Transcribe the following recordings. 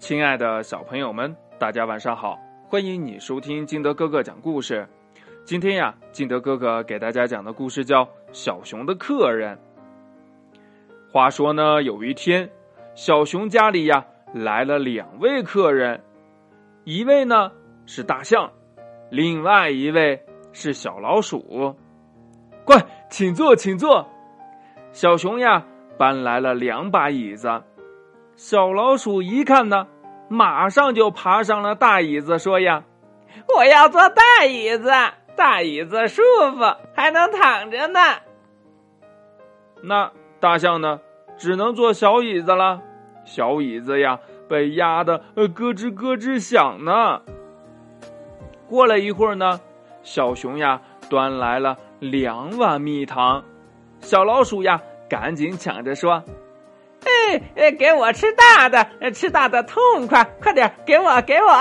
亲爱的小朋友们，大家晚上好，欢迎你收听金德哥哥讲故事。今天呀，金德哥哥给大家讲的故事叫《小熊的客人》。话说呢，有一天，小熊家里呀来了2位客人，一位呢是大象，另外一位是小老鼠。快，请坐，请坐。小熊呀搬来了2把椅子，小老鼠一看呢，马上就爬上了大椅子，说呀：“ 我要坐大椅子，大椅子舒服，还能躺着呢。” 那大象呢，只能坐小椅子了。小椅子呀，被压得咯吱咯吱响呢。过了一会儿呢，小熊呀端来了2碗蜜糖，小老鼠呀赶紧抢着说：“ 给我吃大的，吃大的痛快，快点给我。”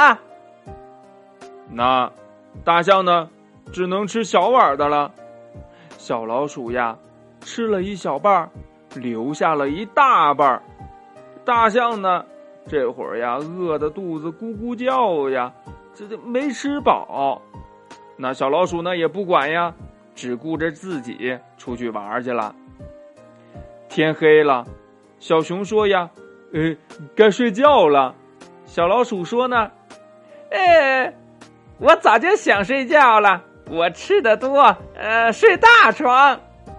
那大象呢，只能吃小碗的了。小老鼠呀，吃了一小半，留下了一大半。大象呢，这会儿呀，饿得肚子咕咕叫呀，这没吃饱。那小老鼠呢，也不管呀，只顾着自己出去玩去了。天黑了，小熊说呀：“该睡觉了。”小老鼠说呢：“ 我早就想睡觉了，我吃得多，睡大床。”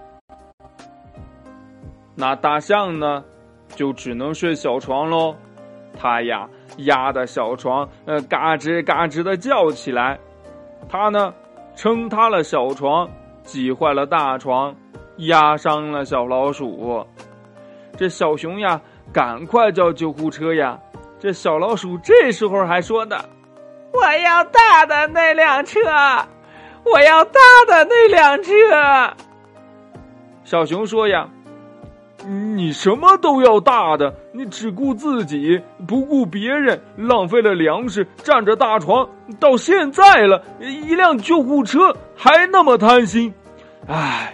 那大象呢，就只能睡小床喽。它呀，压的小床，嘎吱嘎吱的叫起来。它呢，撑塌了小床，挤坏了大床，压伤了小老鼠。这小熊呀，赶快叫救护车呀！这小老鼠这时候还说呢：“ 我要大的那辆车，我要大的那辆车。” 小熊说呀：“你什么都要大的，你只顾自己，不顾别人，浪费了粮食，占着大床，到现在了，一辆救护车还那么贪心。”唉，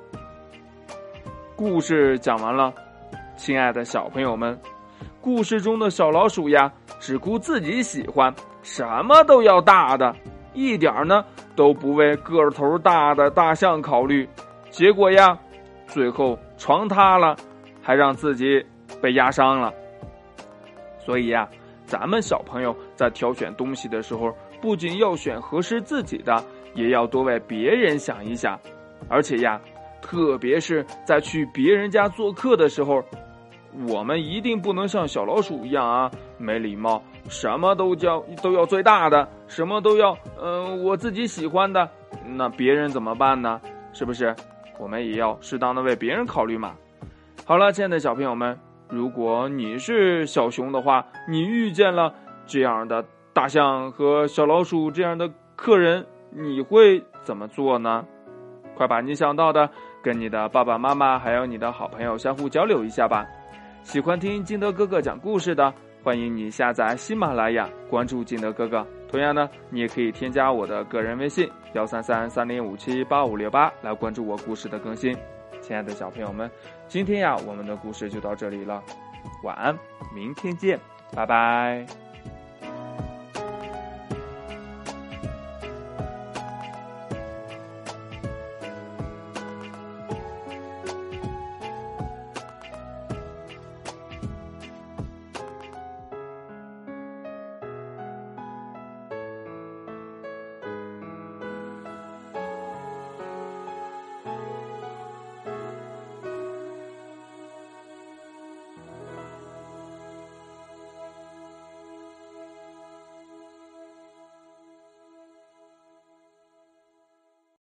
故事讲完了。亲爱的小朋友们，故事中的小老鼠呀，只顾自己喜欢，什么都要大的，一点呢都不为个头大的大象考虑。结果呀，最后床塌了，还让自己被压伤了。所以呀，咱们小朋友在挑选东西的时候，不仅要选合适自己的，也要多为别人想一想。而且呀，特别是在去别人家做客的时候，我们一定不能像小老鼠一样啊，没礼貌，什么都要最大的，什么都要我自己喜欢的，那别人怎么办呢？是不是？我们也要适当的为别人考虑嘛。好了，亲爱的小朋友们，如果你是小熊的话，你遇见了这样的大象和小老鼠这样的客人，你会怎么做呢？快把你想到的跟你的爸爸妈妈还有你的好朋友相互交流一下吧。喜欢听金德哥哥讲故事的，欢迎你下载喜马拉雅，关注金德哥哥。同样呢，你也可以添加我的个人微信13330578568来关注我故事的更新。亲爱的小朋友们，今天呀，我们的故事就到这里了，晚安，明天见，拜拜。